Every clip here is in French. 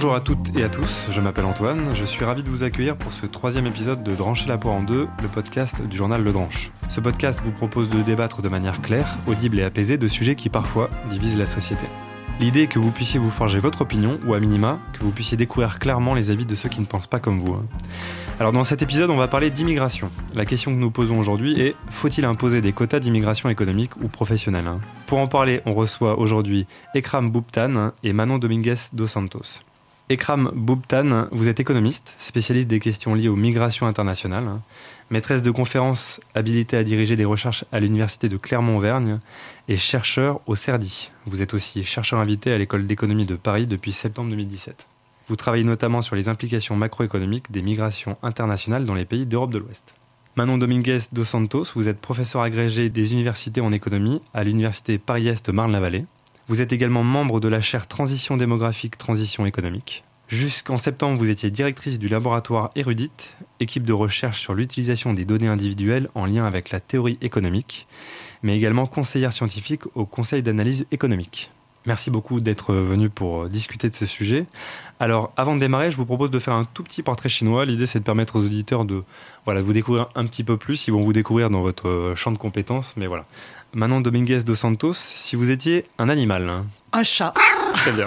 Bonjour à toutes et à tous, je m'appelle Antoine, je suis ravi de vous accueillir pour ce 3e épisode de Drancher la poire en deux, le podcast du journal Le Dranche. Ce podcast vous propose de débattre de manière claire, audible et apaisée de sujets qui parfois divisent la société. L'idée est que vous puissiez vous forger votre opinion, ou à minima, que vous puissiez découvrir clairement les avis de ceux qui ne pensent pas comme vous. Alors dans cet épisode, on va parler d'immigration. La question que nous posons aujourd'hui est, faut-il imposer des quotas d'immigration économique ou professionnelle ? Pour en parler, on reçoit aujourd'hui Ekram Boubtane et Manon Dominguez dos Santos. Ekram Boubtane, vous êtes économiste, spécialiste des questions liées aux migrations internationales, maîtresse de conférences habilitée à diriger des recherches à l'université de Clermont-Auvergne et chercheur au CERDI. Vous êtes aussi chercheur invité à l'école d'économie de Paris depuis septembre 2017. Vous travaillez notamment sur les implications macroéconomiques des migrations internationales dans les pays d'Europe de l'Ouest. Manon Dominguez dos Santos, vous êtes professeur agrégé des universités en économie à l'université Paris-Est Marne-la-Vallée. Vous êtes également membre de la chaire Transition démographique, Transition économique. Jusqu'en septembre, vous étiez directrice du laboratoire Érudite, équipe de recherche sur l'utilisation des données individuelles en lien avec la théorie économique, mais également conseillère scientifique au Conseil d'analyse économique. Merci beaucoup d'être venu pour discuter de ce sujet. Alors, avant de démarrer, je vous propose de faire un tout petit portrait chinois. L'idée, c'est de permettre aux auditeurs de vous découvrir un petit peu plus. Ils vont vous découvrir dans votre champ de compétences, mais voilà. Manon Dominguez dos Santos, si vous étiez un animal. Un chat. Très bien.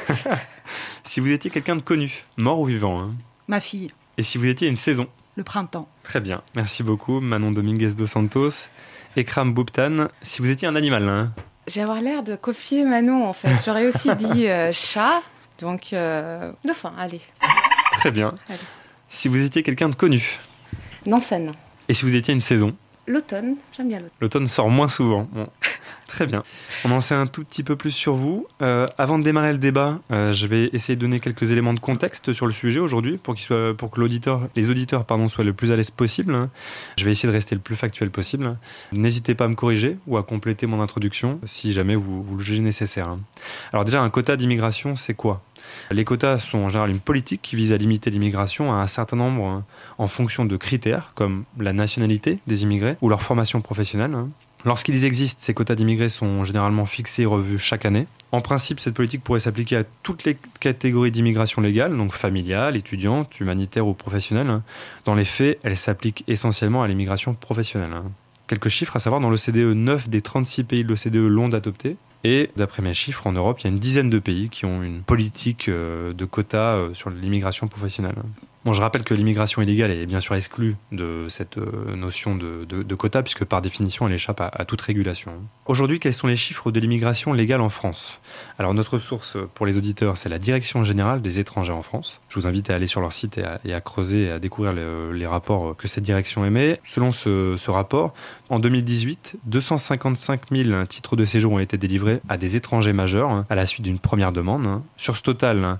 Si vous étiez quelqu'un de connu, mort ou vivant. Ma fille. Et si vous étiez une saison. Le printemps. Très bien. Merci beaucoup, Manon Dominguez dos Santos. Ekram Boubtane, si vous étiez un animal. J'ai avoir l'air de copier Manon, en fait. J'aurais aussi dit chat, donc dauphin, allez. Très bien. Allez. Si vous étiez quelqu'un de connu. Nansen. Et si vous étiez une saison. L'automne, j'aime bien l'automne. L'automne sort moins souvent. Bon. Très bien. On en sait un tout petit peu plus sur vous. Avant de démarrer le débat, je vais essayer de donner quelques éléments de contexte sur le sujet aujourd'hui pour que les auditeurs soient le plus à l'aise possible. Je vais essayer de rester le plus factuel possible. N'hésitez pas à me corriger ou à compléter mon introduction si jamais vous le jugez nécessaire. Alors déjà, un quota d'immigration, c'est quoi ? Les quotas sont en général une politique qui vise à limiter l'immigration à un certain nombre en fonction de critères comme la nationalité des immigrés ou leur formation professionnelle. Lorsqu'ils existent, ces quotas d'immigrés sont généralement fixés et revus chaque année. En principe, cette politique pourrait s'appliquer à toutes les catégories d'immigration légale, donc familiale, étudiante, humanitaire ou professionnelle. Dans les faits, elle s'applique essentiellement à l'immigration professionnelle. Quelques chiffres à savoir, dans l'OCDE, 9 des 36 pays de l'OCDE l'ont adopté. Et d'après mes chiffres, en Europe, il y a une dizaine de pays qui ont une politique de quotas sur l'immigration professionnelle. Bon, je rappelle que l'immigration illégale est bien sûr exclue de cette notion de quota, puisque par définition, elle échappe à toute régulation. Aujourd'hui, quels sont les chiffres de l'immigration légale en France ? Alors, notre source pour les auditeurs, c'est la Direction générale des étrangers en France. Je vous invite à aller sur leur site et à creuser et à découvrir les rapports que cette direction émet. Selon ce rapport, en 2018, 255 000 titres de séjour ont été délivrés à des étrangers majeurs à la suite d'une première demande. Sur ce total,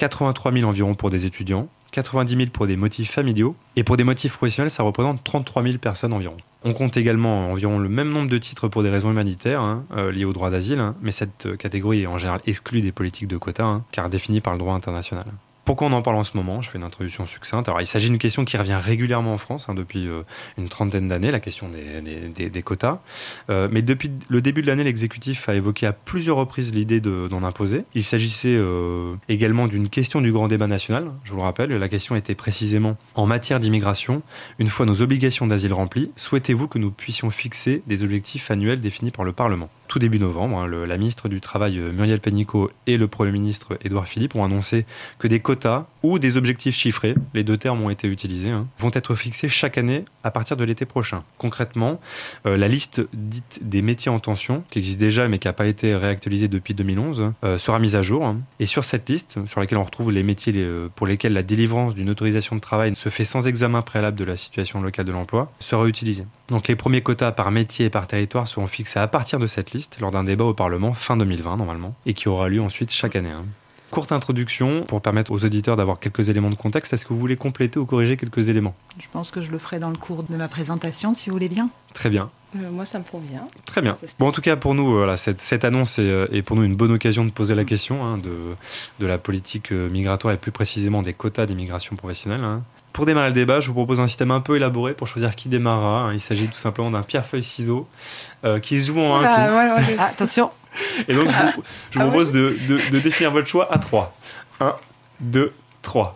83 000 environ pour des étudiants, 90 000 pour des motifs familiaux, et pour des motifs professionnels, ça représente 33 000 personnes environ. On compte également environ le même nombre de titres pour des raisons humanitaires liées au droit d'asile, mais cette catégorie est en général exclue des politiques de quotas, car définie par le droit international. Pourquoi on en parle en ce moment ? Je fais une introduction succincte. Alors, il s'agit d'une question qui revient régulièrement en France depuis une trentaine d'années, la question des quotas. Mais depuis le début de l'année, l'exécutif a évoqué à plusieurs reprises l'idée d'en imposer. Il s'agissait également d'une question du grand débat national. Je vous le rappelle, la question était précisément en matière d'immigration. Une fois nos obligations d'asile remplies, souhaitez-vous que nous puissions fixer des objectifs annuels définis par le Parlement ? Tout début novembre, la ministre du Travail Muriel Pénicaud et le Premier ministre Édouard Philippe ont annoncé que des quotas ou des objectifs chiffrés, les deux termes ont été utilisés, vont être fixés chaque année à partir de l'été prochain. Concrètement, la liste dite des métiers en tension, qui existe déjà mais qui n'a pas été réactualisée depuis 2011, sera mise à jour. Et sur cette liste, sur laquelle on retrouve les métiers pour lesquels la délivrance d'une autorisation de travail se fait sans examen préalable de la situation locale de l'emploi, sera utilisée. Donc les premiers quotas par métier et par territoire seront fixés à partir de cette liste lors d'un débat au Parlement fin 2020 normalement et qui aura lieu ensuite chaque année. Courte introduction pour permettre aux auditeurs d'avoir quelques éléments de contexte. Est-ce que vous voulez compléter ou corriger quelques éléments ? Je pense que je le ferai dans le cours de ma présentation, si vous voulez bien. Très bien. Moi, ça me convient. Très bien. Bon, en tout cas, pour nous, cette annonce est pour nous une bonne occasion de poser la question de la politique migratoire et plus précisément des quotas d'immigration professionnelle. Pour démarrer le débat, je vous propose un système un peu élaboré pour choisir qui démarrera. Il s'agit tout simplement d'un pierre-feuille-ciseaux qui se joue en un coup. Attention. Et donc, je vous propose de définir votre choix à 3. 1, 2, 3.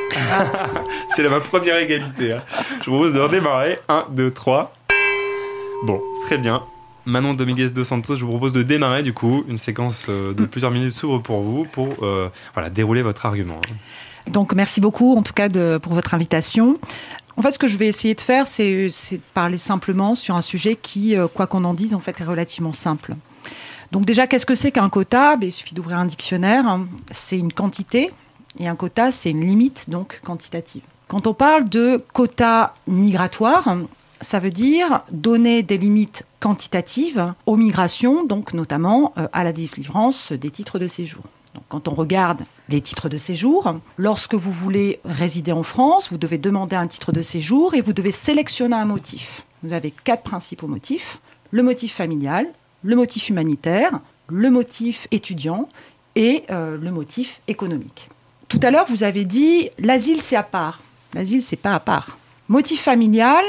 C'est ma première égalité. Hein. Je vous propose de redémarrer. 1, 2, 3. Bon, très bien. Manon Dominguez dos Santos, je vous propose de démarrer du coup. Une séquence de plusieurs minutes s'ouvre pour vous pour dérouler votre argument. Donc merci beaucoup en tout cas pour votre invitation. En fait, ce que je vais essayer de faire, c'est de parler simplement sur un sujet qui, quoi qu'on en dise, en fait, est relativement simple. Donc déjà, qu'est-ce que c'est qu'un quota ? Il suffit d'ouvrir un dictionnaire. C'est une quantité et un quota, c'est une limite donc quantitative. Quand on parle de quota migratoire, ça veut dire donner des limites quantitatives aux migrations, donc notamment à la délivrance des titres de séjour. Donc, quand on regarde les titres de séjour, lorsque vous voulez résider en France, vous devez demander un titre de séjour et vous devez sélectionner un motif. Vous avez 4 principaux motifs. Le motif familial, le motif humanitaire, le motif étudiant et le motif économique. Tout à l'heure, vous avez dit l'asile, c'est à part. L'asile, c'est pas à part. Motif familial,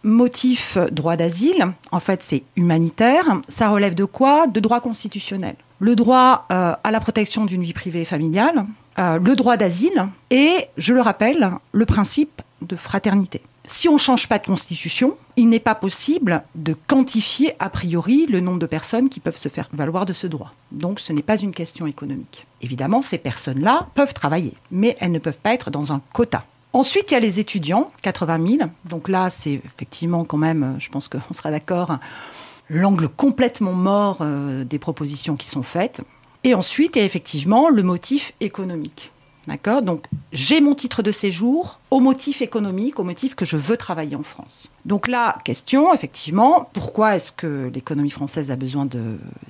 motif droit d'asile, en fait, c'est humanitaire. Ça relève de quoi ? De droit constitutionnel. Le droit à la protection d'une vie privée et familiale, le droit d'asile et, je le rappelle, le principe de fraternité. Si on ne change pas de constitution, il n'est pas possible de quantifier a priori le nombre de personnes qui peuvent se faire valoir de ce droit. Donc ce n'est pas une question économique. Évidemment, ces personnes-là peuvent travailler, mais elles ne peuvent pas être dans un quota. Ensuite, il y a les étudiants, 80 000. Donc là, c'est effectivement quand même, je pense qu'on sera d'accord, l'angle complètement mort des propositions qui sont faites. Et ensuite, il y a effectivement le motif économique. D'accord ? Donc, j'ai mon titre de séjour au motif économique, au motif que je veux travailler en France. Donc là, question, effectivement, pourquoi est-ce que l'économie française a besoin d'immigrer ?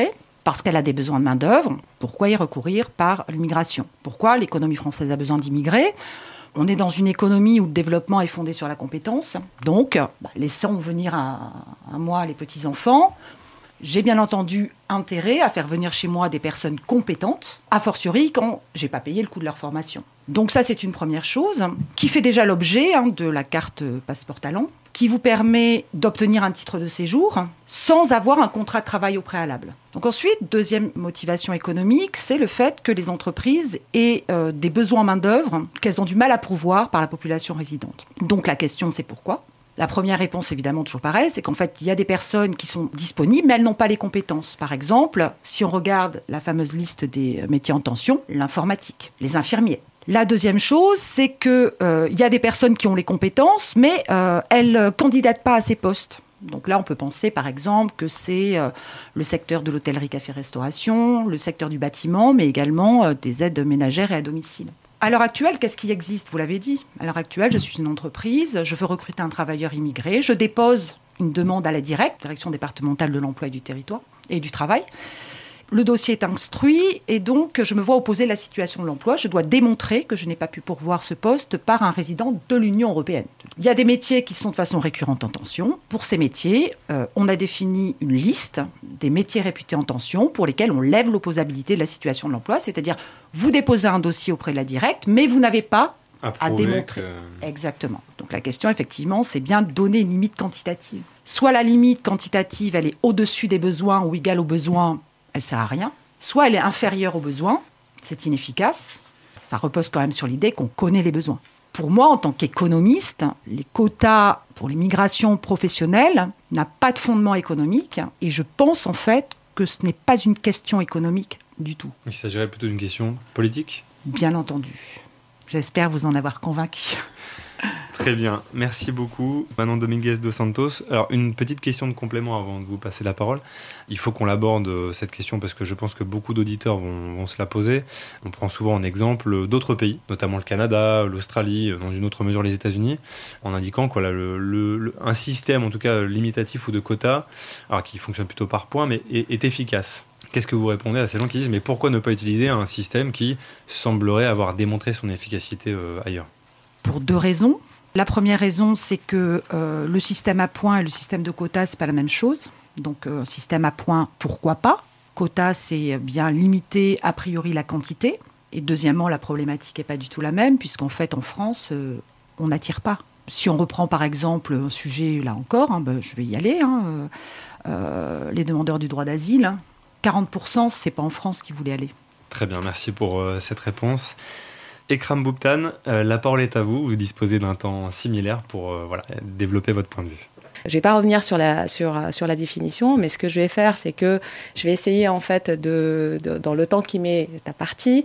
Parce qu'elle a des besoins de main-d'œuvre. Pourquoi y recourir par l'immigration ? Pourquoi l'économie française a besoin d'immigrer ? On est dans une économie où le développement est fondé sur la compétence. Donc, laissons venir à moi les petits-enfants. J'ai bien entendu intérêt à faire venir chez moi des personnes compétentes, a fortiori quand je n'ai pas payé le coût de leur formation. Donc ça, c'est une première chose qui fait déjà l'objet de la carte Passeport Talent, qui vous permet d'obtenir un titre de séjour sans avoir un contrat de travail au préalable. Donc ensuite, deuxième motivation économique, c'est le fait que les entreprises aient des besoins en main-d'œuvre qu'elles ont du mal à pourvoir par la population résidente. Donc la question, c'est pourquoi ? La première réponse, évidemment, toujours pareil, c'est qu'en fait, il y a des personnes qui sont disponibles, mais elles n'ont pas les compétences. Par exemple, si on regarde la fameuse liste des métiers en tension, l'informatique, les infirmiers. La deuxième chose, c'est qu'il y a des personnes qui ont les compétences, mais elles ne candidatent pas à ces postes. Donc là, on peut penser, par exemple, que c'est le secteur de l'hôtellerie, café-restauration, le secteur du bâtiment, mais également des aides ménagères et à domicile. À l'heure actuelle, qu'est-ce qui existe ? Vous l'avez dit. À l'heure actuelle, je suis une entreprise, je veux recruter un travailleur immigré, je dépose une demande à la direction départementale de l'emploi et du territoire et du travail. Le dossier est instruit et donc je me vois opposer la situation de l'emploi. Je dois démontrer que je n'ai pas pu pourvoir ce poste par un résident de l'Union européenne. Il y a des métiers qui sont de façon récurrente en tension. Pour ces métiers, on a défini une liste des métiers réputés en tension pour lesquels on lève l'opposabilité de la situation de l'emploi. C'est-à-dire, vous déposez un dossier auprès de la directe, mais vous n'avez pas à démontrer. Exactement. Donc la question, effectivement, c'est bien de donner une limite quantitative. Soit la limite quantitative, elle est au-dessus des besoins ou égale aux besoins, elle ne sert à rien. Soit elle est inférieure aux besoins, c'est inefficace. Ça repose quand même sur l'idée qu'on connaît les besoins. Pour moi, en tant qu'économiste, les quotas pour les migrations professionnelles n'ont pas de fondement économique et je pense en fait que ce n'est pas une question économique du tout. Il s'agirait plutôt d'une question politique ? Bien entendu. J'espère vous en avoir convaincu. Très bien, merci beaucoup Manon Dominguez dos Santos. Alors une petite question de complément avant de vous passer la parole. Il faut qu'on l'aborde cette question parce que je pense que beaucoup d'auditeurs vont se la poser. On prend souvent en exemple d'autres pays, notamment le Canada, l'Australie, dans une autre mesure les États-Unis, en indiquant un système en tout cas limitatif ou de quotas, alors qui fonctionne plutôt par points, mais est efficace. Qu'est-ce que vous répondez à ces gens qui disent mais pourquoi ne pas utiliser un système qui semblerait avoir démontré son efficacité ailleurs ? Pour 2 raisons. La première raison, c'est que le système à points et le système de quotas, ce n'est pas la même chose. Donc, système à points, pourquoi pas ? Quota, c'est bien limiter a priori la quantité. Et deuxièmement, la problématique n'est pas du tout la même, puisqu'en fait, en France, on n'attire pas. Si on reprend par exemple un sujet, là encore, je vais y aller, les demandeurs du droit d'asile, 40%, ce n'est pas en France qu'ils voulaient aller. Très bien, merci pour cette réponse. Ekram Boubtan, la parole est à vous. Vous disposez d'un temps similaire pour développer votre point de vue. Je ne vais pas revenir sur la définition, mais ce que je vais faire, c'est que je vais essayer, en fait, dans le temps qui m'est imparti,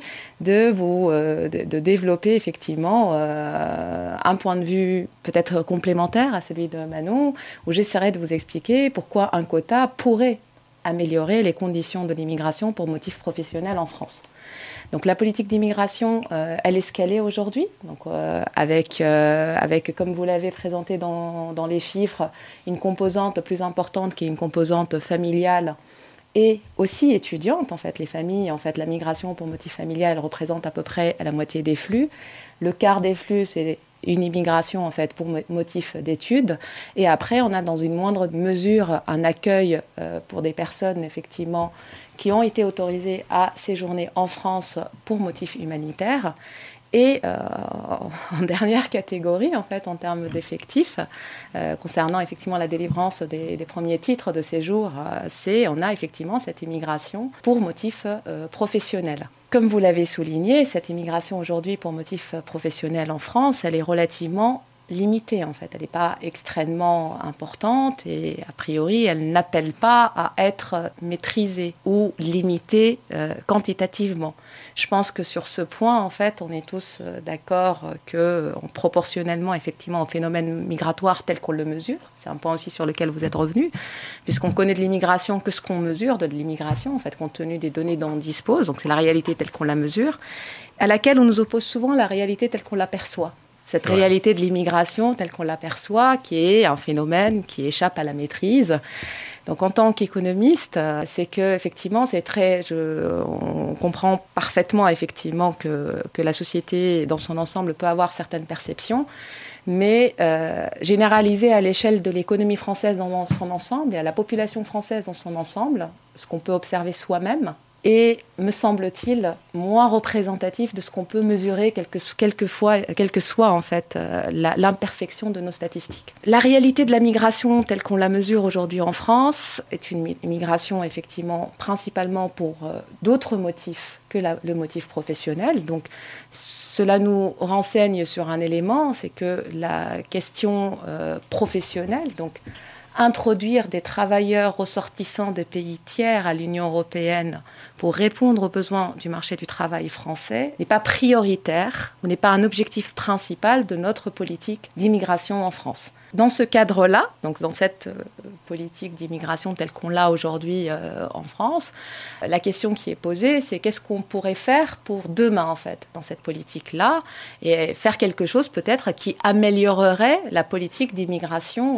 de développer effectivement un point de vue peut-être complémentaire à celui de Manon, où j'essaierai de vous expliquer pourquoi un quota pourrait améliorer les conditions de l'immigration pour motifs professionnels en France. Donc la politique d'immigration, elle est scalée aujourd'hui, donc, avec, comme vous l'avez présenté dans les chiffres, une composante plus importante qui est une composante familiale et aussi étudiante. En fait, les familles, en fait, la migration pour motif familial représente à peu près la moitié des flux. Le quart des flux, c'est une immigration en fait pour motif d'études, et après on a dans une moindre mesure un accueil pour des personnes effectivement qui ont été autorisées à séjourner en France pour motif humanitaire. Et en dernière catégorie, en fait, en termes d'effectifs, concernant effectivement la délivrance des premiers titres de séjour, on a effectivement cette immigration pour motif professionnel. Comme vous l'avez souligné, cette immigration aujourd'hui pour motif professionnel en France, elle est relativement limitée en fait. Elle n'est pas extrêmement importante et a priori, elle n'appelle pas à être maîtrisée ou limitée quantitativement. Je pense que sur ce point, en fait, on est tous d'accord que proportionnellement, effectivement, au phénomène migratoire tel qu'on le mesure, c'est un point aussi sur lequel vous êtes revenu, puisqu'on connaît de l'immigration que ce qu'on mesure de l'immigration, en fait, compte tenu des données dont on dispose, donc c'est la réalité telle qu'on la mesure, à laquelle on nous oppose souvent la réalité telle qu'on l'aperçoit. Cette réalité de l'immigration telle qu'on l'aperçoit, qui est un phénomène qui échappe à la maîtrise. Donc en tant qu'économiste, c'est que effectivement, on comprend parfaitement effectivement que la société dans son ensemble peut avoir certaines perceptions, mais généraliser à l'échelle de l'économie française dans son ensemble et à la population française dans son ensemble, ce qu'on peut observer soi-même, et, me semble-t-il, moins représentatif de ce qu'on peut mesurer, quelle que soit en fait, l'imperfection de nos statistiques. La réalité de la migration telle qu'on la mesure aujourd'hui en France est une migration effectivement principalement pour d'autres motifs que le motif professionnel. Donc cela nous renseigne sur un élément, c'est que la question professionnelle, donc introduire des travailleurs ressortissants de pays tiers à l'Union européenne pour répondre aux besoins du marché du travail français n'est pas prioritaire ou n'est pas un objectif principal de notre politique d'immigration en France. Dans ce cadre-là, donc dans cette politique d'immigration telle qu'on l'a aujourd'hui en France, la question qui est posée, c'est qu'est-ce qu'on pourrait faire pour demain, en fait, dans cette politique-là, et faire quelque chose peut-être qui améliorerait la politique d'immigration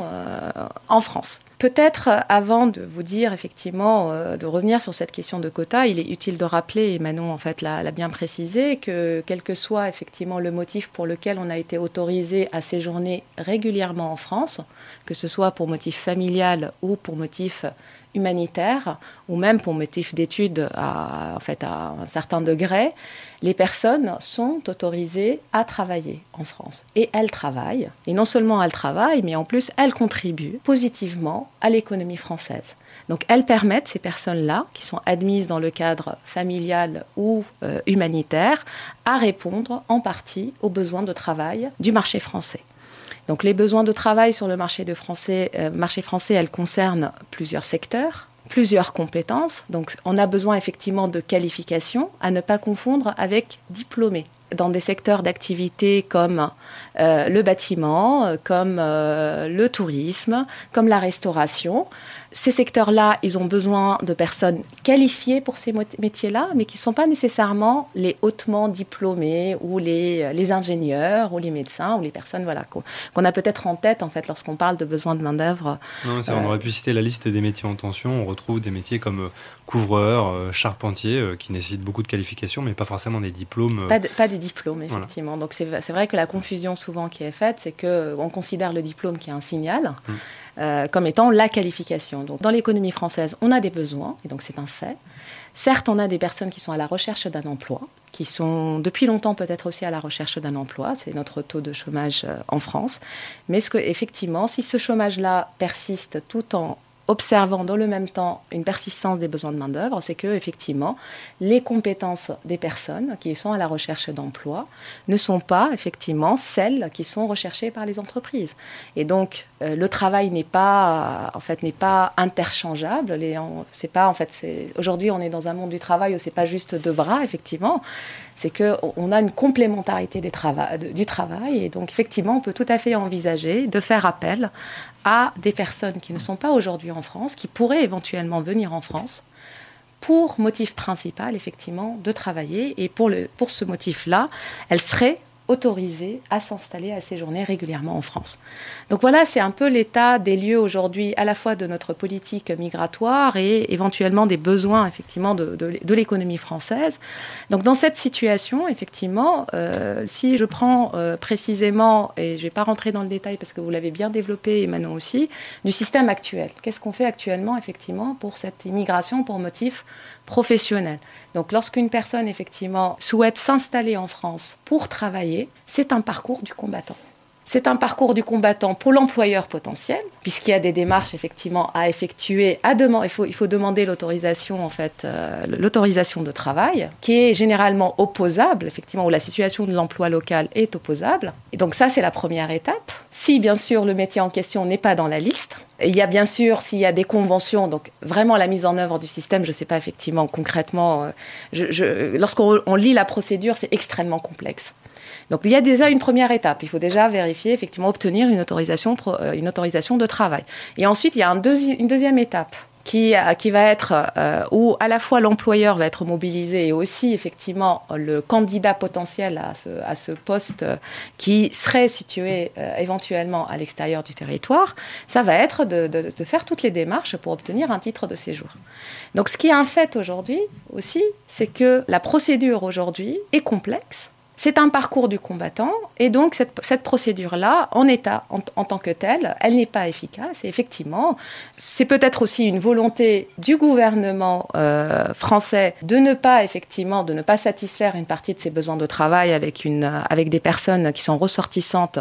en France. Peut-être, avant de vous dire, effectivement, de revenir sur cette question de quotas, il est utile de rappeler, et Manon, en fait, l'a bien précisé, que quel que soit, effectivement, le motif pour lequel on a été autorisé à séjourner régulièrement en France, que ce soit pour motif familial ou pour motif humanitaire, ou même pour motif d'études à un certain degré, les personnes sont autorisées à travailler en France. Et elles travaillent. Et non seulement elles travaillent, mais en plus, elles contribuent positivement à l'économie française. Donc elles permettent, ces personnes-là, qui sont admises dans le cadre familial ou humanitaire, à répondre en partie aux besoins de travail du marché français. Donc les besoins de travail sur le marché français, elles concernent plusieurs secteurs, plusieurs compétences. Donc on a besoin effectivement de qualifications à ne pas confondre avec diplômés. Dans des secteurs d'activité comme le bâtiment, comme le tourisme, comme la restauration. Ces secteurs-là, ils ont besoin de personnes qualifiées pour ces métiers-là, mais qui ne sont pas nécessairement les hautement diplômés ou les ingénieurs ou les médecins ou les personnes qu'on a peut-être en tête en fait, lorsqu'on parle de besoin de main-d'œuvre. Non, on aurait pu citer la liste des métiers en tension. On retrouve des métiers comme couvreur, charpentier, qui nécessitent beaucoup de qualifications, mais pas forcément des diplômes. Pas des diplômes, effectivement. Voilà. Donc c'est vrai que la confusion souvent qui est faite, c'est qu'on considère le diplôme qui est un signal. Comme étant la qualification. Donc, dans l'économie française, on a des besoins, et donc c'est un fait. Certes, on a des personnes qui sont à la recherche d'un emploi, qui sont depuis longtemps peut-être aussi à la recherche d'un emploi, c'est notre taux de chômage en France. Mais effectivement, si ce chômage-là persiste tout en observant dans le même temps une persistance des besoins de main-d'œuvre, c'est que effectivement, les compétences des personnes qui sont à la recherche d'emploi ne sont pas effectivement celles qui sont recherchées par les entreprises. Et donc, le travail n'est pas interchangeable. Aujourd'hui, on est dans un monde du travail où c'est pas juste deux bras, effectivement. C'est qu'on a une complémentarité du travail. Et donc, effectivement, on peut tout à fait envisager de faire appel à des personnes qui ne sont pas aujourd'hui en France, qui pourraient éventuellement venir en France pour motif principal, effectivement, de travailler. Et pour ce motif-là, elles seraient autorisées à s'installer, à séjourner régulièrement en France. Donc voilà, c'est un peu l'état des lieux aujourd'hui, à la fois de notre politique migratoire et éventuellement des besoins, effectivement, de l'économie française. Donc dans cette situation, effectivement, si je prends précisément, et je ne vais pas rentrer dans le détail parce que vous l'avez bien développé, et Manon aussi, du système actuel. Qu'est-ce qu'on fait actuellement, effectivement, pour cette immigration pour motif professionnel? Donc lorsqu'une personne, effectivement, souhaite s'installer en France pour travailler, c'est un parcours du combattant. C'est un parcours du combattant pour l'employeur potentiel, puisqu'il y a des démarches effectivement à effectuer. Il faut demander l'autorisation, l'autorisation de travail, qui est généralement opposable, effectivement, où la situation de l'emploi local est opposable. Et donc ça, c'est la première étape. Si, bien sûr, le métier en question n'est pas dans la liste, il y a bien sûr, s'il y a des conventions, donc vraiment la mise en œuvre du système, je ne sais pas effectivement concrètement, lorsqu'on lit la procédure, c'est extrêmement complexe. Donc il y a déjà une première étape. Il faut déjà vérifier, effectivement, obtenir une autorisation de travail. Et ensuite, il y a une deuxième étape qui va être où à la fois l'employeur va être mobilisé et aussi, effectivement, le candidat potentiel à ce poste qui serait situé éventuellement à l'extérieur du territoire. Ça va être de faire toutes les démarches pour obtenir un titre de séjour. Donc ce qui est un fait aujourd'hui aussi, c'est que la procédure aujourd'hui est complexe. C'est un parcours du combattant et donc cette procédure-là, en tant que telle, elle n'est pas efficace. Et effectivement, c'est peut-être aussi une volonté du gouvernement français de ne pas satisfaire une partie de ses besoins de travail avec des personnes qui sont ressortissantes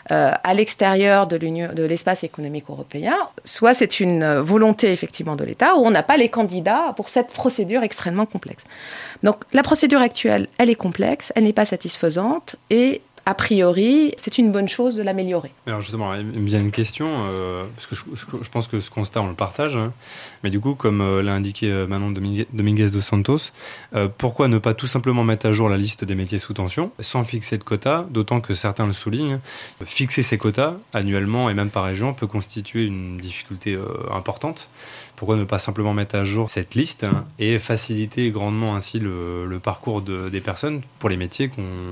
à l'extérieur de l'espace économique européen. Soit c'est une volonté effectivement de l'État où on n'a pas les candidats pour cette procédure extrêmement complexe. Donc la procédure actuelle, elle est complexe, elle n'est pas satisfaisante et a priori, c'est une bonne chose de l'améliorer. Alors justement, il me vient une question, parce que je pense que ce constat, on le partage, hein, mais du coup, comme l'a indiqué Manon Dominguez dos Santos, pourquoi ne pas tout simplement mettre à jour la liste des métiers sous tension, sans fixer de quotas, d'autant que certains le soulignent, fixer ces quotas annuellement et même par région peut constituer une difficulté importante. Pourquoi ne pas simplement mettre à jour cette liste et faciliter grandement ainsi le parcours des personnes pour les métiers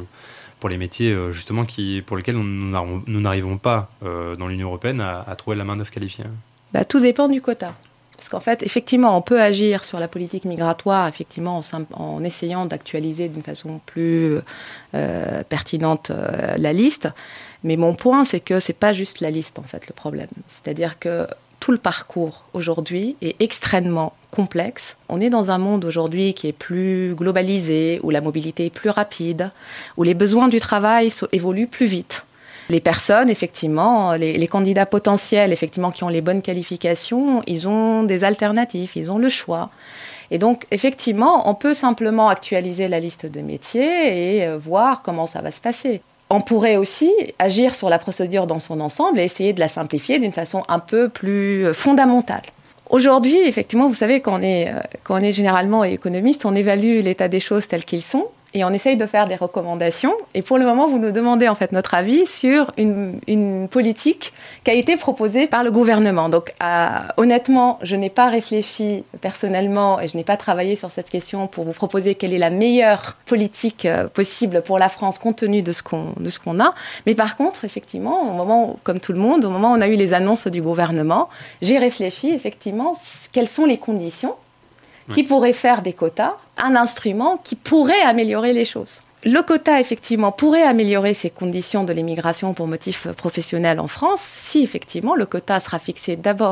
justement pour lesquels nous n'arrivons pas dans l'Union européenne à trouver la main-d'œuvre qualifiée? Tout dépend du quota. Parce qu'en fait, effectivement, on peut agir sur la politique migratoire effectivement, en essayant d'actualiser d'une façon plus pertinente la liste. Mais mon point, c'est que ce n'est pas juste la liste, en fait, le problème. C'est-à-dire que tout le parcours aujourd'hui est extrêmement complexe. On est dans un monde aujourd'hui qui est plus globalisé, où la mobilité est plus rapide, où les besoins du travail évoluent plus vite. Les personnes, effectivement, les candidats potentiels, effectivement, qui ont les bonnes qualifications, ils ont des alternatives, ils ont le choix. Et donc, effectivement, on peut simplement actualiser la liste de métiers et voir comment ça va se passer. On pourrait aussi agir sur la procédure dans son ensemble et essayer de la simplifier d'une façon un peu plus fondamentale. Aujourd'hui, effectivement, vous savez, quand on est généralement économiste, on évalue l'état des choses tels qu'ils sont et on essaye de faire des recommandations. Et pour le moment, vous nous demandez en fait notre avis sur une politique qui a été proposée par le gouvernement. Donc, honnêtement, je n'ai pas réfléchi personnellement et je n'ai pas travaillé sur cette question pour vous proposer quelle est la meilleure politique possible pour la France compte tenu de ce qu'on a. Mais par contre, effectivement, au moment, comme tout le monde, au moment où on a eu les annonces du gouvernement, j'ai réfléchi effectivement quelles sont les conditions qui pourrait faire des quotas un instrument qui pourrait améliorer les choses. Le quota, effectivement, pourrait améliorer ces conditions de l'immigration pour motif professionnel en France si, effectivement, le quota sera fixé d'abord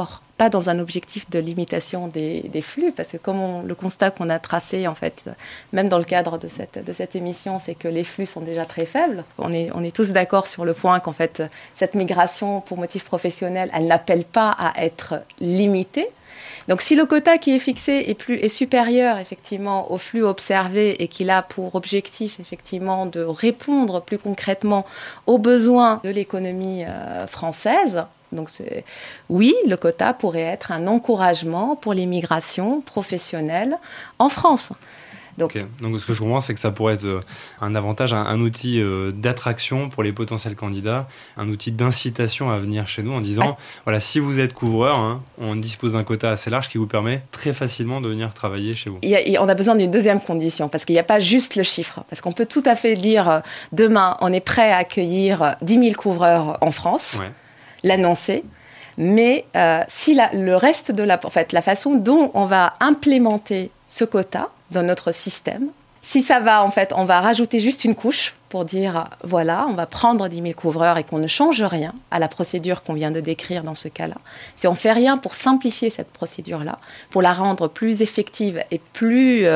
pas dans un objectif de limitation des flux, parce que comme le constat qu'on a tracé, en fait, même dans le cadre de cette émission, c'est que les flux sont déjà très faibles. On est tous d'accord sur le point qu'en fait, cette migration pour motif professionnel, elle n'appelle pas à être limitée. Donc si le quota qui est fixé est supérieur effectivement au flux observé et qu'il a pour objectif effectivement de répondre plus concrètement aux besoins de l'économie française, donc oui, le quota pourrait être un encouragement pour l'immigration professionnelle en France. Donc ce que je comprends, c'est que ça pourrait être un avantage, un outil d'attraction pour les potentiels candidats, un outil d'incitation à venir chez nous en disant, voilà, si vous êtes couvreur, on dispose d'un quota assez large qui vous permet très facilement de venir travailler chez vous. On a besoin d'une deuxième condition, parce qu'il n'y a pas juste le chiffre. Parce qu'on peut tout à fait dire, demain, on est prêt à accueillir 10 000 couvreurs en France, l'annoncer. Mais si le reste de la façon dont on va implémenter ce quota dans notre système, si ça va, en fait, on va rajouter juste une couche pour dire, voilà, on va prendre 10 000 couvreurs et qu'on ne change rien à la procédure qu'on vient de décrire dans ce cas-là. Si on ne fait rien pour simplifier cette procédure-là, pour la rendre plus effective et plus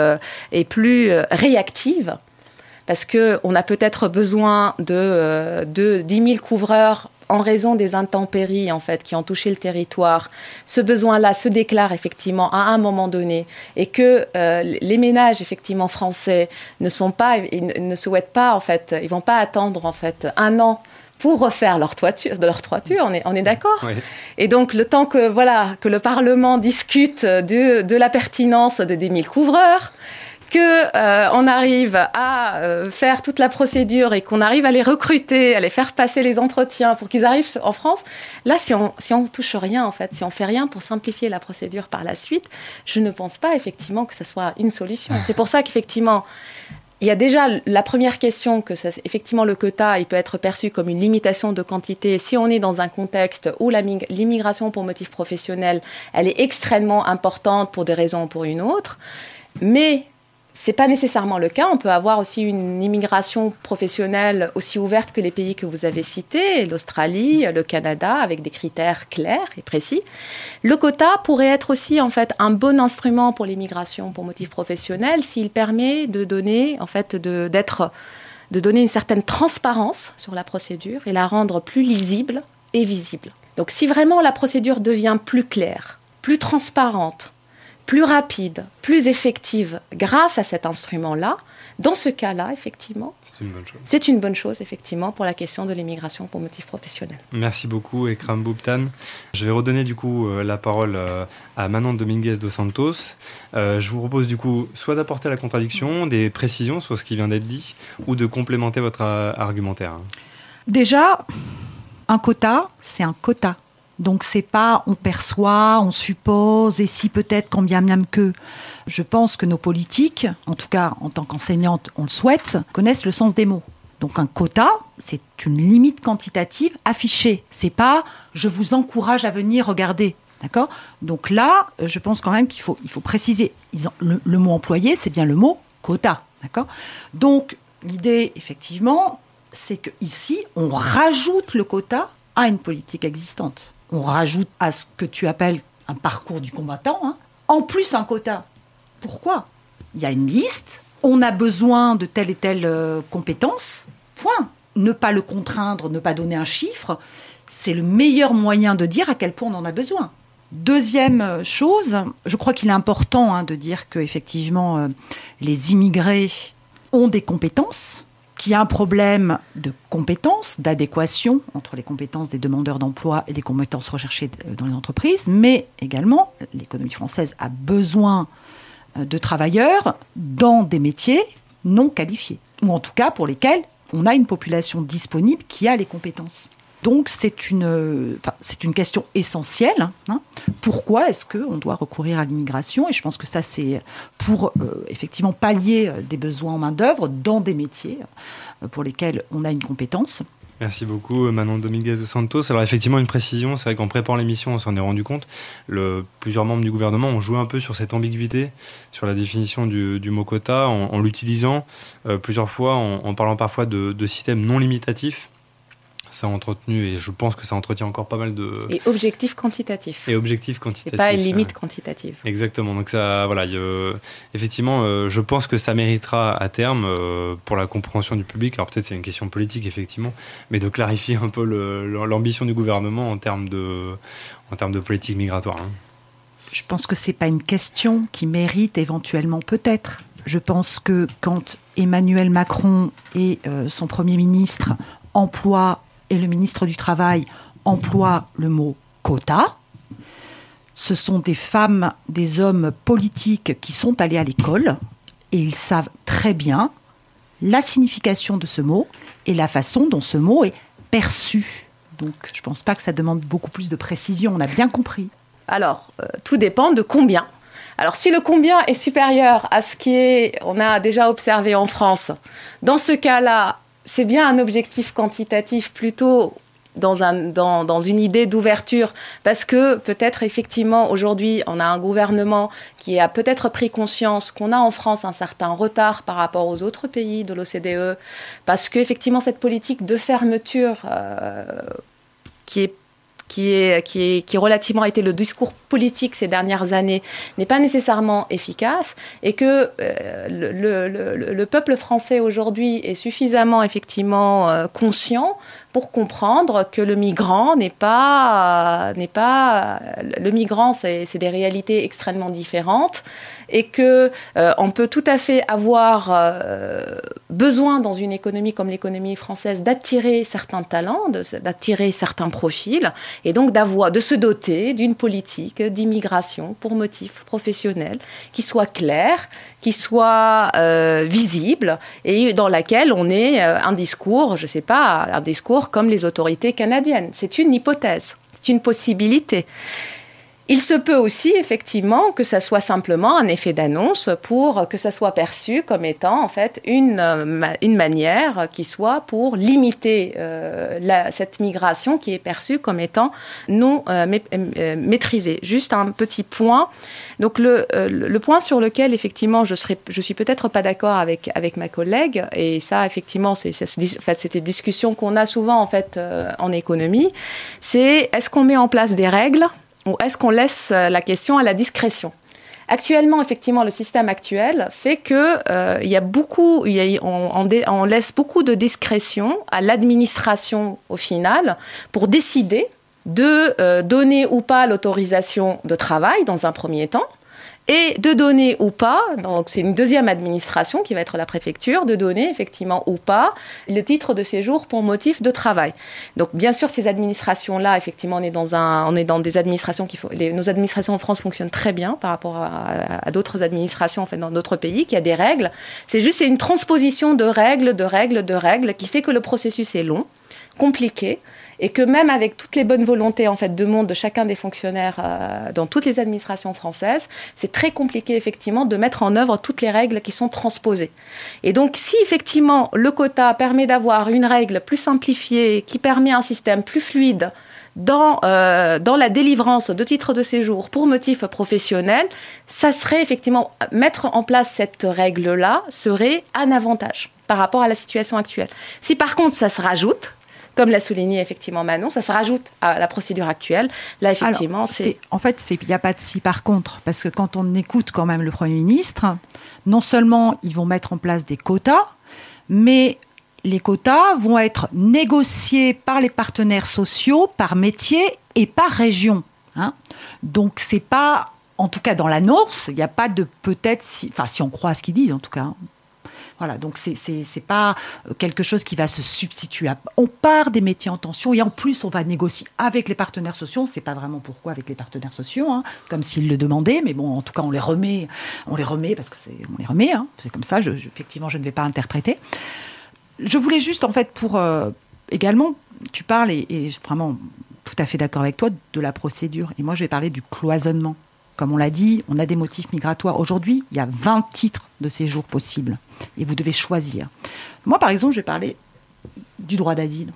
réactive, parce qu'on a peut-être besoin de 10 000 couvreurs en raison des intempéries en fait, qui ont touché le territoire. Ce besoin-là se déclare effectivement à un moment donné et que les ménages effectivement français ne souhaitent pas, en fait, ils ne vont pas attendre en fait, 1 an pour refaire leur toiture, on est d'accord. Oui. Et donc, le temps que le Parlement discute de la pertinence de 10 000 couvreurs, qu'on arrive à faire toute la procédure et qu'on arrive à les recruter, à les faire passer les entretiens pour qu'ils arrivent en France, là, si on touche rien, en fait, si on fait rien pour simplifier la procédure par la suite, je ne pense pas effectivement que ce soit une solution. C'est pour ça qu'effectivement, il y a déjà la première question que effectivement le quota, il peut être perçu comme une limitation de quantité si on est dans un contexte où l'immigration pour motif professionnel, elle est extrêmement importante pour des raisons ou pour une autre, mais ce n'est pas nécessairement le cas. On peut avoir aussi une immigration professionnelle aussi ouverte que les pays que vous avez cités, l'Australie, le Canada, avec des critères clairs et précis. Le quota pourrait être aussi en fait, un bon instrument pour l'immigration pour motif professionnel s'il permet de donner, en fait, de donner une certaine transparence sur la procédure et la rendre plus lisible et visible. Donc si vraiment la procédure devient plus claire, plus transparente, plus rapide, plus effective grâce à cet instrument-là, dans ce cas-là, effectivement, c'est une bonne chose, effectivement, pour la question de l'immigration pour motif professionnel. Merci beaucoup, Ekram Boubtan. Je vais redonner du coup la parole à Manon Dominguez dos Santos. Je vous propose du coup soit d'apporter la contradiction, des précisions sur ce qui vient d'être dit, ou de complémenter votre argumentaire. Déjà, un quota, c'est un quota. Donc, c'est pas on perçoit, on suppose, et si peut-être, quand bien même que. Je pense que nos politiques, en tout cas en tant qu'enseignante, on le souhaite, connaissent le sens des mots. Donc, un quota, c'est une limite quantitative affichée. C'est pas je vous encourage à venir regarder. D'accord ? Donc là, je pense quand même qu'il faut préciser. Le mot employé, c'est bien le mot quota. D'accord ? Donc, l'idée, effectivement, c'est qu'ici, on rajoute le quota à une politique existante. On rajoute à ce que tu appelles un parcours du combattant, en plus un quota. Pourquoi ? Il y a une liste, on a besoin de telle et telle compétence, point. Ne pas le contraindre, ne pas donner un chiffre, c'est le meilleur moyen de dire à quel point on en a besoin. Deuxième chose, je crois qu'il est important de dire qu'effectivement, les immigrés ont des compétences, qu'il y a un problème de compétences, d'adéquation entre les compétences des demandeurs d'emploi et les compétences recherchées dans les entreprises, mais également, l'économie française a besoin de travailleurs dans des métiers non qualifiés, ou en tout cas pour lesquels on a une population disponible qui a les compétences. Donc c'est une question essentielle. Pourquoi est-ce qu'on doit recourir à l'immigration ? Et je pense que ça, c'est pour effectivement pallier des besoins en main-d'œuvre dans des métiers pour lesquels on a une compétence. Merci beaucoup, Manon Dominguez dos Santos. Alors effectivement, une précision, c'est vrai qu'en préparant l'émission, on s'en est rendu compte. Plusieurs membres du gouvernement ont joué un peu sur cette ambiguïté, sur la définition du mot quota, en l'utilisant plusieurs fois, en parlant parfois de système non limitatif. Ça a entretenu, et je pense que ça entretient encore pas mal de... Et objectif quantitatif. Et objectif quantitatif. C'est pas une limite quantitative. Exactement. Donc ça, voilà, effectivement, je pense que ça méritera à terme, pour la compréhension du public, alors peut-être c'est une question politique, effectivement, mais de clarifier un peu l'ambition du gouvernement en termes de politique migratoire. Hein. Je pense que c'est pas une question qui mérite éventuellement peut-être. Je pense que quand Emmanuel Macron et son Premier ministre emploient, et le ministre du Travail emploie le mot quota, ce sont des femmes, des hommes politiques qui sont allés à l'école et ils savent très bien la signification de ce mot et la façon dont ce mot est perçu. Donc je ne pense pas que ça demande beaucoup plus de précision, on a bien compris. Alors, tout dépend de combien. Alors, si le combien est supérieur à ce qu'on a déjà observé en France, dans ce cas-là, c'est bien un objectif quantitatif plutôt dans une idée d'ouverture, parce que peut-être effectivement aujourd'hui on a un gouvernement qui a peut-être pris conscience qu'on a en France un certain retard par rapport aux autres pays de l'OCDE, parce qu'effectivement cette politique de fermeture qui relativement a été le discours politique ces dernières années n'est pas nécessairement efficace, et que le peuple français aujourd'hui est suffisamment effectivement conscient pour comprendre que le migrant le migrant c'est des réalités extrêmement différentes, et que on peut tout à fait avoir besoin dans une économie comme l'économie française d'attirer certains talents, d'attirer certains profils, et donc de se doter d'une politique d'immigration pour motif professionnel qui soit claire, qui soit visible, et dans laquelle on ait un discours, je ne sais pas, un discours comme les autorités canadiennes. C'est une hypothèse, c'est une possibilité. Il se peut aussi, effectivement, que ça soit simplement un effet d'annonce pour que ça soit perçu comme étant, en fait, une manière qui soit pour limiter cette migration qui est perçue comme étant non maîtrisée. Juste un petit point. Donc, le point sur lequel, effectivement, je suis peut-être pas d'accord avec ma collègue, et ça, effectivement, c'est des discussions qu'on a souvent, en fait, en économie, c'est est-ce qu'on met en place des règles ou est-ce qu'on laisse la question à la discrétion ? Actuellement, effectivement, le système actuel fait que on laisse beaucoup de discrétion à l'administration au final pour décider de donner ou pas l'autorisation de travail dans un premier temps, et de donner ou pas, donc c'est une deuxième administration qui va être la préfecture, de donner effectivement ou pas le titre de séjour pour motif de travail. Donc bien sûr, ces administrations-là, effectivement, on est dans des administrations nos administrations en France fonctionnent très bien par rapport à d'autres administrations en fait dans d'autres pays, qui a des règles. C'est une transposition de règles qui fait que le processus est long, compliqué, et que même avec toutes les bonnes volontés en fait de monde de chacun des fonctionnaires dans toutes les administrations françaises, c'est très compliqué effectivement de mettre en œuvre toutes les règles qui sont transposées. Et donc si effectivement le quota permet d'avoir une règle plus simplifiée, qui permet un système plus fluide dans la délivrance de titres de séjour pour motif professionnel, ça serait effectivement, mettre en place cette règle-là serait un avantage par rapport à la situation actuelle. Si par contre ça se rajoute, comme l'a souligné effectivement Manon, ça se rajoute à la procédure actuelle. Là, effectivement, il n'y a pas de si par contre, parce que quand on écoute quand même le Premier ministre, non seulement ils vont mettre en place des quotas, mais les quotas vont être négociés par les partenaires sociaux, par métier et par région. Hein. Donc, c'est pas, en tout cas dans l'annonce, il n'y a pas de peut-être, si on croit à ce qu'ils disent en tout cas. Voilà, donc c'est pas quelque chose qui va se substituer. On part des métiers en tension et en plus on va négocier avec les partenaires sociaux. On ne sait pas vraiment pourquoi avec les partenaires sociaux, hein, comme s'ils le demandaient, mais bon, en tout cas on les remet parce que on les remet. Hein, c'est comme ça. Effectivement, je ne vais pas interpréter. Je voulais juste en fait pour également, tu parles et vraiment tout à fait d'accord avec toi de la procédure. Et moi je vais parler du cloisonnement. Comme on l'a dit, on a des motifs migratoires. Aujourd'hui, il y a 20 titres de séjour possibles. Et vous devez choisir. Moi, par exemple, je vais parler du droit d'asile.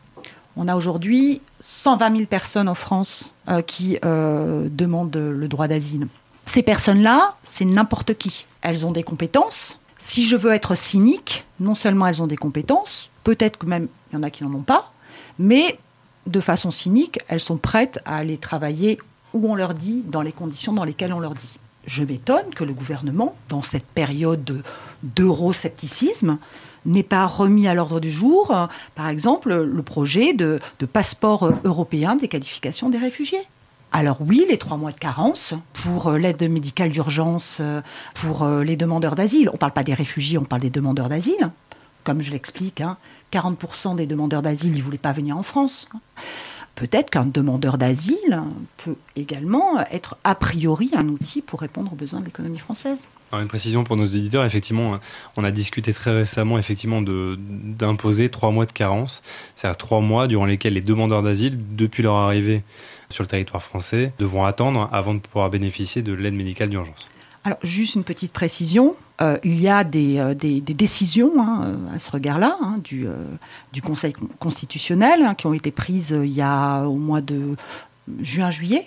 On a aujourd'hui 120 000 personnes en France qui demandent le droit d'asile. Ces personnes-là, c'est n'importe qui. Elles ont des compétences. Si je veux être cynique, non seulement elles ont des compétences, peut-être que même il y en a qui n'en ont pas, Mais de façon cynique, elles sont prêtes à aller travailler où on leur dit, dans les conditions dans lesquelles on leur dit. Je m'étonne que le gouvernement, dans cette période d'euroscepticisme, n'ait pas remis à l'ordre du jour, par exemple, le projet de passeport européen des qualifications des réfugiés. Alors oui, les 3 mois de carence pour l'aide médicale d'urgence, pour les demandeurs d'asile. On ne parle pas des réfugiés, on parle des demandeurs d'asile. Comme je l'explique, 40% des demandeurs d'asile, ils ne voulaient pas venir en France. Peut-être qu'un demandeur d'asile peut également être a priori un outil pour répondre aux besoins de l'économie française. Alors une précision pour nos éditeurs, effectivement, on a discuté très récemment effectivement d'imposer 3 mois de carence, c'est-à-dire 3 mois durant lesquels les demandeurs d'asile, depuis leur arrivée sur le territoire français, devront attendre avant de pouvoir bénéficier de l'aide médicale d'urgence. Alors, juste une petite précision. Il y a des décisions à ce regard-là du Conseil constitutionnel qui ont été prises il y a au mois de juin-juillet,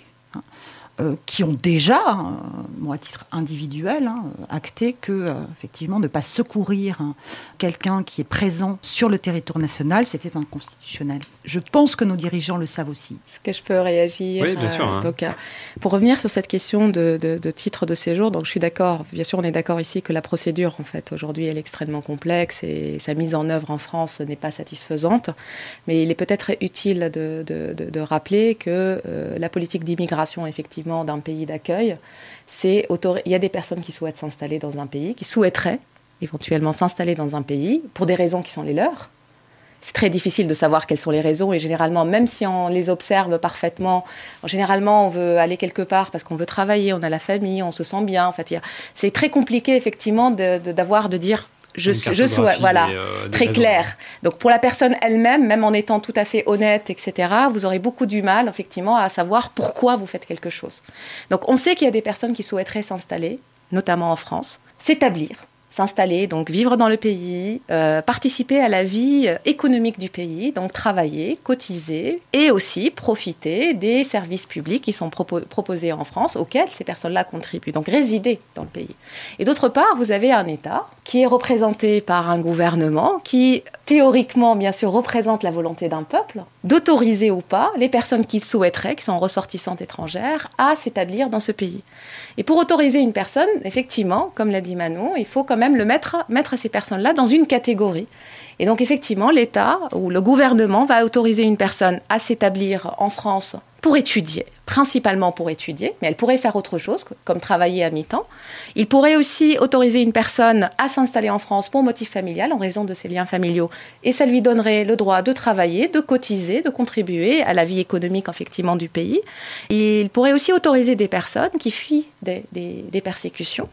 qui ont déjà, moi à titre individuel, acté que effectivement ne pas secourir quelqu'un qui est présent sur le territoire national, c'était inconstitutionnel. Je pense que nos dirigeants le savent aussi. Est-ce que je peux réagir? Oui, bien sûr. Donc, pour revenir sur cette question de titre de séjour, donc je suis d'accord. Bien sûr, on est d'accord ici que la procédure, en fait, aujourd'hui, elle est extrêmement complexe et sa mise en œuvre en France n'est pas satisfaisante. Mais il est peut-être utile de rappeler que la politique d'immigration, effectivement, d'un pays d'accueil, il y a des personnes qui souhaitent s'installer dans un pays, qui souhaiteraient éventuellement s'installer dans un pays pour des raisons qui sont les leurs. C'est très difficile de savoir quelles sont les raisons et généralement, même si on les observe parfaitement, généralement on veut aller quelque part parce qu'on veut travailler, on a la famille, on se sent bien. En fait, c'est très compliqué effectivement de dire je souhaite, voilà, très clair. Donc pour la personne elle-même, même en étant tout à fait honnête, etc., vous aurez beaucoup du mal effectivement à savoir pourquoi vous faites quelque chose. Donc on sait qu'il y a des personnes qui souhaiteraient s'installer, notamment en France, s'installer, donc vivre dans le pays, participer à la vie économique du pays, donc travailler, cotiser et aussi profiter des services publics qui sont proposés en France, auxquels ces personnes-là contribuent, donc résider dans le pays. Et d'autre part, vous avez un État qui est représenté par un gouvernement qui, théoriquement, bien sûr, représente la volonté d'un peuple, d'autoriser ou pas les personnes qui souhaiteraient, qui sont ressortissantes étrangères, à s'établir dans ce pays. Et pour autoriser une personne, effectivement, comme l'a dit Manon, il faut quand même mettre ces personnes-là dans une catégorie. Et donc, effectivement, l'État ou le gouvernement va autoriser une personne à s'établir en France pour étudier, principalement pour étudier, mais elle pourrait faire autre chose, comme travailler à mi-temps. Il pourrait aussi autoriser une personne à s'installer en France pour motif familial, en raison de ses liens familiaux, et ça lui donnerait le droit de travailler, de cotiser, de contribuer à la vie économique, effectivement, du pays. Et il pourrait aussi autoriser des personnes qui fuient des persécutions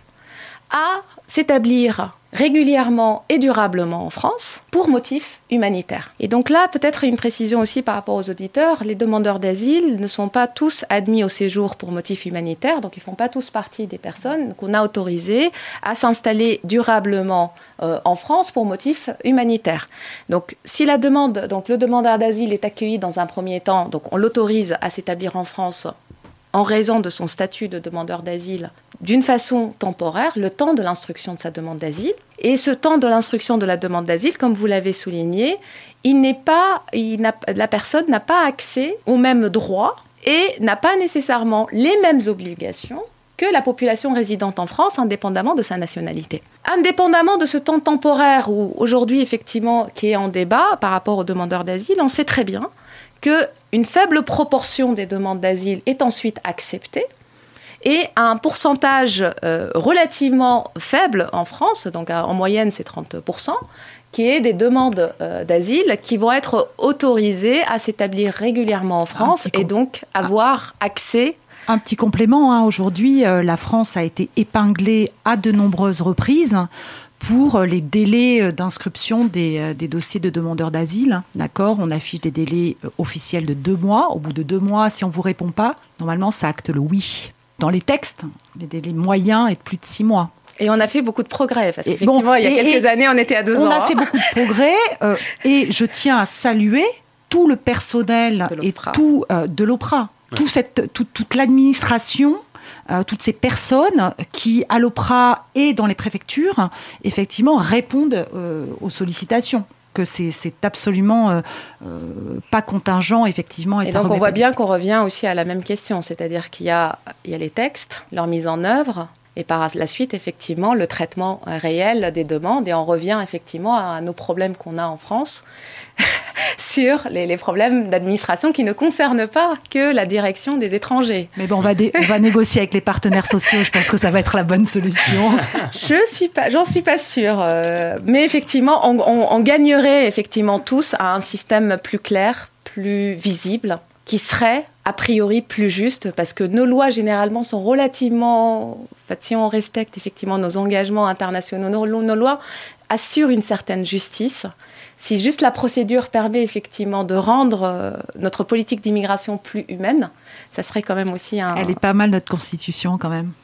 à s'établir régulièrement et durablement en France pour motif humanitaire. Et donc là, peut-être une précision aussi par rapport aux auditeurs, les demandeurs d'asile ne sont pas tous admis au séjour pour motif humanitaire, donc ils ne font pas tous partie des personnes qu'on a autorisées à s'installer durablement en France pour motif humanitaire. Donc si le demandeur d'asile est accueilli dans un premier temps, donc on l'autorise à s'établir en France en raison de son statut de demandeur d'asile, d'une façon temporaire, le temps de l'instruction de sa demande d'asile. Et ce temps de l'instruction de la demande d'asile, comme vous l'avez souligné, la personne n'a pas accès aux mêmes droits et n'a pas nécessairement les mêmes obligations que la population résidente en France, indépendamment de sa nationalité. Indépendamment de ce temps temporaire où, aujourd'hui, effectivement, qui est en débat par rapport aux demandeurs d'asile, on sait très bien qu'une faible proportion des demandes d'asile est ensuite acceptée et un pourcentage relativement faible en France, donc en moyenne c'est 30%, qui est des demandes d'asile qui vont être autorisées à s'établir régulièrement en France et donc avoir accès. Un petit complément, aujourd'hui la France a été épinglée à de nombreuses reprises pour les délais d'inscription des dossiers de demandeurs d'asile. D'accord, on affiche des délais officiels de 2 mois. Au bout de 2 mois, si on ne vous répond pas, normalement, ça acte le oui. Dans les textes, les délais moyens est de plus de 6 mois. Et on a fait beaucoup de progrès, parce qu'effectivement, il y a quelques années, on était à 2 ans. On a fait beaucoup de progrès, et je tiens à saluer tout le personnel de l'OPRA, toute l'administration, toutes ces personnes qui, à l'OPRA et dans les préfectures, effectivement, répondent aux sollicitations. que c'est absolument pas contingent, effectivement. Et donc on voit bien qu'on revient aussi à la même question, c'est-à-dire qu'il y a les textes, leur mise en œuvre, et par la suite, effectivement, le traitement réel des demandes. Et on revient effectivement à nos problèmes qu'on a en France sur les problèmes d'administration qui ne concernent pas que la direction des étrangers. Mais bon, on va négocier avec les partenaires sociaux. Je pense que ça va être la bonne solution. J'en suis pas sûre. Mais effectivement, on gagnerait effectivement tous à un système plus clair, plus visible, qui serait a priori plus juste, parce que nos lois généralement sont relativement... En fait, si on respecte effectivement nos engagements internationaux, nos lois assurent une certaine justice. Si juste la procédure permet effectivement de rendre notre politique d'immigration plus humaine, ça serait quand même aussi un... Elle est pas mal, notre constitution, quand même.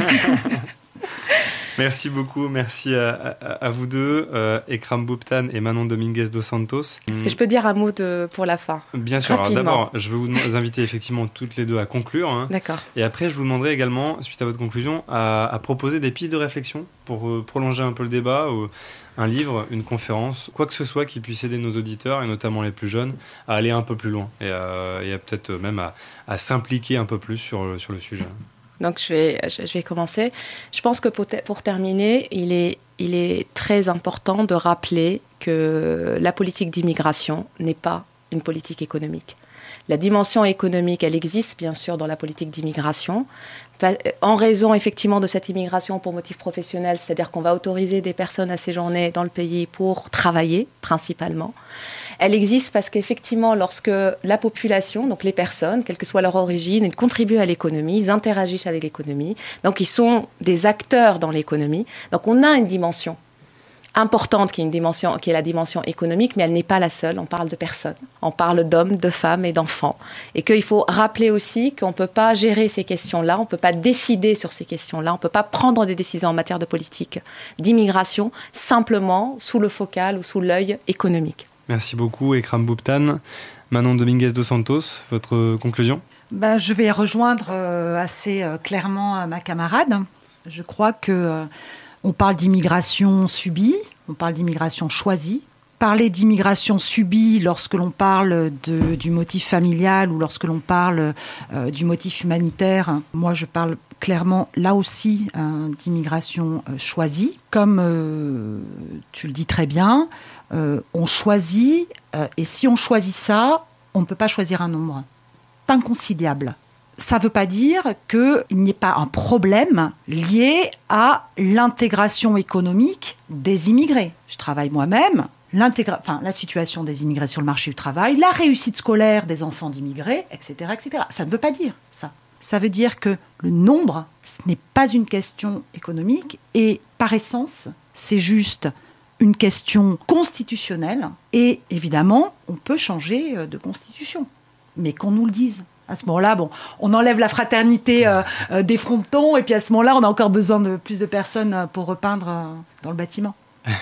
Merci beaucoup, merci à vous deux, Ekram Bouptane et Manon Dominguez dos Santos. Est-ce que je peux dire un mot pour la fin ? Bien sûr, alors d'abord, je vais vous inviter effectivement toutes les deux à conclure. Hein. D'accord. Et après, je vous demanderai également, suite à votre conclusion, à proposer des pistes de réflexion pour prolonger un peu le débat, ou un livre, une conférence, quoi que ce soit qui puisse aider nos auditeurs, et notamment les plus jeunes, à aller un peu plus loin et à peut-être même à s'impliquer un peu plus sur le sujet. Donc je vais commencer. Je pense que pour terminer, il est très important de rappeler que la politique d'immigration n'est pas une politique économique. La dimension économique, elle existe bien sûr dans la politique d'immigration, en raison effectivement de cette immigration pour motif professionnel, c'est-à-dire qu'on va autoriser des personnes à séjourner dans le pays pour travailler principalement. Elle existe parce qu'effectivement, lorsque la population, donc les personnes, quelle que soit leur origine, ils contribuent à l'économie, ils interagissent avec l'économie, donc ils sont des acteurs dans l'économie. Donc on a une dimension importante qui est la dimension économique, mais elle n'est pas la seule. On parle de personnes, on parle d'hommes, de femmes et d'enfants. Et qu'il faut rappeler aussi qu'on ne peut pas gérer ces questions-là, on ne peut pas décider sur ces questions-là, on ne peut pas prendre des décisions en matière de politique d'immigration simplement sous le focal ou sous l'œil économique. Merci beaucoup, Ekram Bouptane. Manon Dominguez dos Santos, votre conclusion ? Je vais rejoindre assez clairement ma camarade. Je crois que on parle d'immigration subie, on parle d'immigration choisie. Parler d'immigration subie lorsque l'on parle du motif familial ou lorsque l'on parle du motif humanitaire, moi je parle clairement là aussi d'immigration choisie. Comme tu le dis très bien, on choisit, et si on choisit ça, on ne peut pas choisir un nombre. C'est inconciliable. Ça ne veut pas dire qu'il n'y ait pas un problème lié à l'intégration économique des immigrés. Je travaille moi-même, la situation des immigrés sur le marché du travail, la réussite scolaire des enfants d'immigrés, etc., etc. Ça ne veut pas dire ça. Ça veut dire que le nombre, ce n'est pas une question économique et par essence, c'est juste une question constitutionnelle. Et évidemment, on peut changer de constitution, mais qu'on nous le dise. À ce moment-là, on enlève la fraternité des frontons et puis à ce moment-là, on a encore besoin de plus de personnes pour repeindre dans le bâtiment.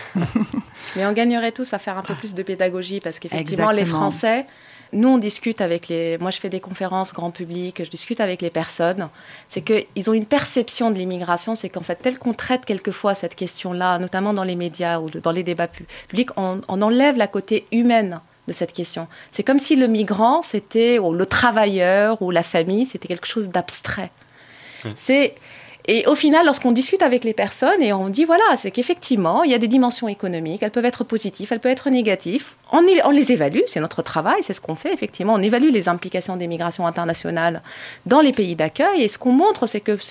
Mais on gagnerait tous à faire un peu plus de pédagogie parce qu'effectivement, les Français, nous, on discute moi, je fais des conférences grand public, je discute avec les personnes. C'est qu'ils ont une perception de l'immigration, c'est qu'en fait, tel qu'on traite quelquefois cette question-là, notamment dans les médias ou dans les débats publics, on enlève la côté humaine de cette question. C'est comme si le migrant, ou le travailleur, ou la famille, c'était quelque chose d'abstrait. Oui. Et au final, lorsqu'on discute avec les personnes et on dit, voilà, c'est qu'effectivement, il y a des dimensions économiques, elles peuvent être positives, elles peuvent être négatives. On les évalue, c'est notre travail, c'est ce qu'on fait, effectivement. On évalue les implications des migrations internationales dans les pays d'accueil. Et ce qu'on montre, c'est que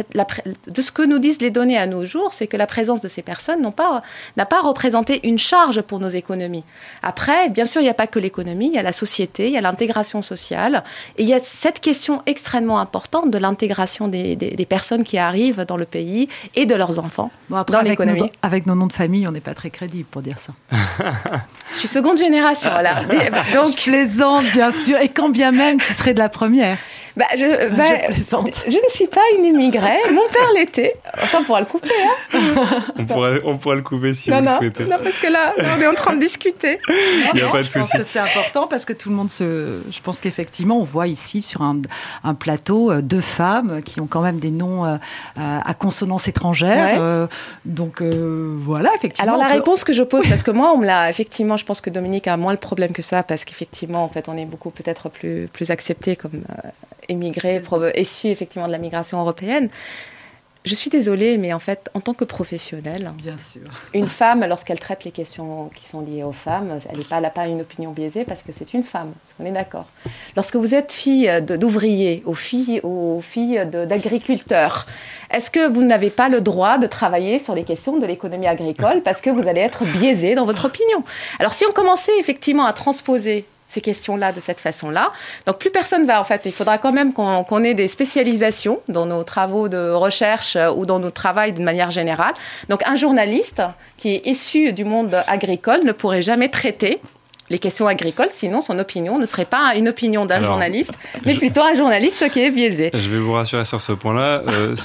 de ce que nous disent les données à nos jours, c'est que la présence de ces personnes n'a pas représenté une charge pour nos économies. Après, bien sûr, il n'y a pas que l'économie, il y a la société, il y a l'intégration sociale. Et il y a cette question extrêmement importante de l'intégration des personnes qui arrivent dans le pays et de leurs enfants dans l'économie. Avec nos noms de famille, on n'est pas très crédible pour dire ça. Je suis seconde génération, là. Donc, je plaisante, bien sûr. Et quand bien même, tu serais de la première. Je plaisante. Je ne suis pas une immigrée. Mon père l'était. Ça, on pourra le couper. Hein. On pourra le couper si vous le souhaitez. Non, parce que là, on est en train de discuter. Il n'y a pas de souci. Je pense que c'est important parce que tout le monde Je pense qu'effectivement, on voit ici sur un plateau deux femmes qui ont quand même des noms à consonance étrangère. Ouais. Donc voilà, effectivement. Alors la réponse que je pose, parce que moi, on me l'a effectivement, je pense que Dominique a moins le problème que ça, parce qu'effectivement, en fait, on est beaucoup peut-être plus accepté comme émigrés, issus effectivement de la migration européenne. Je suis désolée, mais en fait, en tant que professionnelle, bien sûr, une femme, lorsqu'elle traite les questions qui sont liées aux femmes, elle n'a pas une opinion biaisée parce que c'est une femme, on est d'accord. Lorsque vous êtes fille d'ouvriers ou fille d'agriculteurs, est-ce que vous n'avez pas le droit de travailler sur les questions de l'économie agricole parce que vous allez être biaisé dans votre opinion? Alors si on commençait effectivement à transposer ces questions-là de cette façon-là. Donc, plus personne va, en fait, il faudra quand même qu'on ait des spécialisations dans nos travaux de recherche ou dans notre travail d'une manière générale. Donc, un journaliste qui est issu du monde agricole ne pourrait jamais traiter les questions agricoles, sinon son opinion ne serait pas une opinion d'un journaliste, mais plutôt un journaliste qui est biaisé. Je vais vous rassurer sur ce point-là.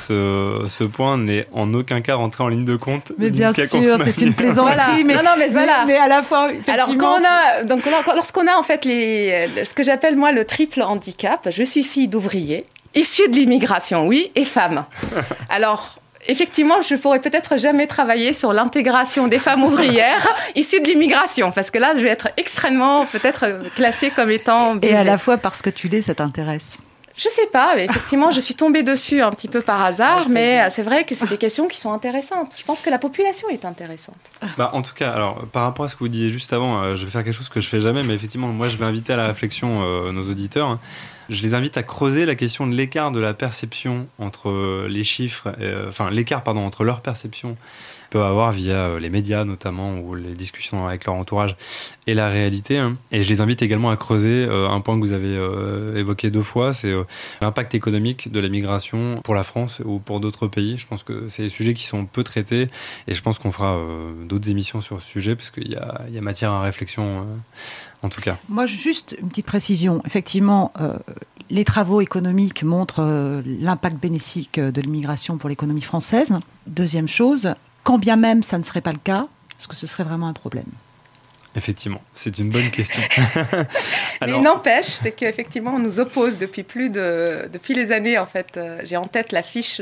Ce point n'est en auquin cas rentré en ligne de compte. Mais bien sûr, c'est une plaisanterie. Voilà. Mais à la fois, alors, lorsqu'on a en fait ce que j'appelle moi le triple handicap, je suis fille d'ouvrier, issue de l'immigration, oui, et femme. Alors, effectivement, je pourrais peut-être jamais travailler sur l'intégration des femmes ouvrières issues de l'immigration, parce que là, je vais être extrêmement peut-être classée comme étant biaisée. Et à la fois parce que tu l'es, ça t'intéresse. Je sais pas, mais effectivement, je suis tombée dessus un petit peu par hasard, mais c'est vrai que c'est des questions qui sont intéressantes. Je pense que la population est intéressante. En tout cas, alors, par rapport à ce que vous disiez juste avant, je vais faire quelque chose que je fais jamais, mais effectivement, moi, je vais inviter à la réflexion nos auditeurs. Hein. Je les invite à creuser la question de l'écart de la perception entre les chiffres, entre leur perception qu'ils peuvent avoir via les médias notamment ou les discussions avec leur entourage et la réalité. Hein. Et je les invite également à creuser un point que vous avez évoqué 2 fois, c'est l'impact économique de la migration pour la France ou pour d'autres pays. Je pense que c'est des sujets qui sont peu traités et je pense qu'on fera d'autres émissions sur ce sujet parce qu'il y a matière à réflexion. En tout cas. Moi, juste une petite précision. Effectivement, les travaux économiques montrent l'impact bénéfique de l'immigration pour l'économie française. Deuxième chose, quand bien même ça ne serait pas le cas, est-ce que ce serait vraiment un problème ? Effectivement, c'est une bonne question. Alors... Mais il n'empêche, c'est qu'effectivement, on nous oppose depuis les années, en fait, j'ai en tête l'affiche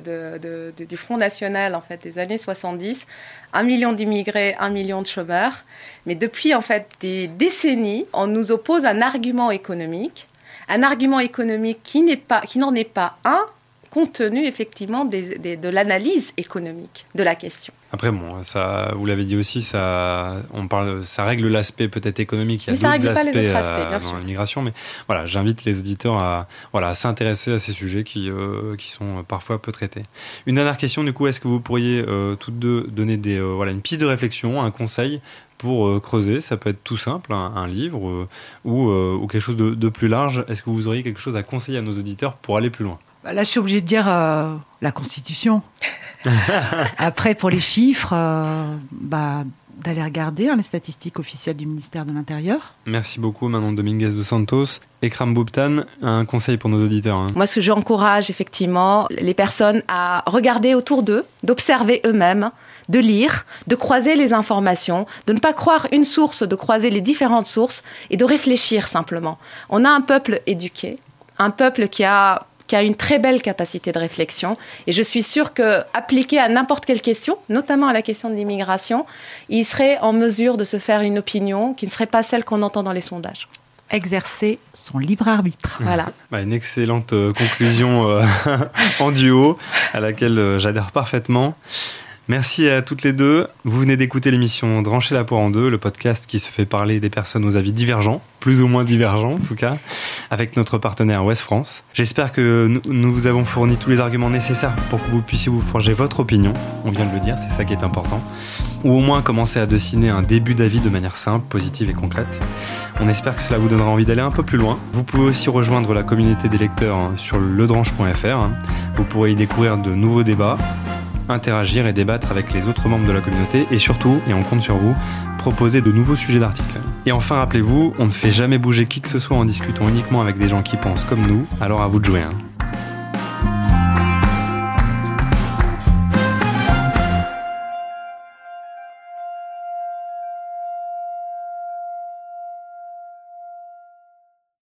du Front National, en fait, des années 70, 1 million d'immigrés, 1 million de chômeurs. Mais depuis, en fait, des décennies, on nous oppose un argument économique qui n'en est pas un, compte tenu effectivement de l'analyse économique de la question. Après, bon, ça, vous l'avez dit aussi, ça règle l'aspect peut-être économique. Il y a d'autres aspects dans l'immigration, mais voilà, j'invite les auditeurs à s'intéresser à ces sujets qui sont parfois peu traités. Une dernière question, du coup, est-ce que vous pourriez toutes deux donner une piste de réflexion, un conseil pour creuser? Ça peut être tout simple, un livre ou quelque chose de plus large. Est-ce que vous auriez quelque chose à conseiller à nos auditeurs pour aller plus loin? Là, je suis obligée de dire la Constitution. Après, pour les chiffres, d'aller regarder les statistiques officielles du ministère de l'Intérieur. Merci beaucoup, Manon Dominguez dos Santos. Ekram Boubtan, un conseil pour nos auditeurs. Hein. Moi, ce que j'encourage effectivement les personnes à regarder autour d'eux, d'observer eux-mêmes, de lire, de croiser les informations, de ne pas croire une source, de croiser les différentes sources et de réfléchir simplement. On a un peuple éduqué, un peuple qui a une très belle capacité de réflexion. Et je suis sûre qu'appliqué à n'importe quelle question, notamment à la question de l'immigration, il serait en mesure de se faire une opinion qui ne serait pas celle qu'on entend dans les sondages. Exercer son libre arbitre. Voilà. Une excellente conclusion en duo, à laquelle j'adhère parfaitement. Merci à toutes les deux. Vous venez d'écouter l'émission Trancher la poire en deux, le podcast qui se fait parler des personnes aux avis divergents, plus ou moins divergents en tout cas, avec notre partenaire Ouest France. J'espère que nous vous avons fourni tous les arguments nécessaires pour que vous puissiez vous forger votre opinion. On vient de le dire, c'est ça qui est important. Ou au moins commencer à dessiner un début d'avis de manière simple, positive et concrète. On espère que cela vous donnera envie d'aller un peu plus loin. Vous pouvez aussi rejoindre la communauté des lecteurs sur ledranche.fr. Vous pourrez y découvrir de nouveaux débats, interagir et débattre avec les autres membres de la communauté et surtout, et on compte sur vous, proposer de nouveaux sujets d'articles. Et enfin, rappelez-vous, on ne fait jamais bouger qui que ce soit en discutant uniquement avec des gens qui pensent comme nous, alors à vous de jouer.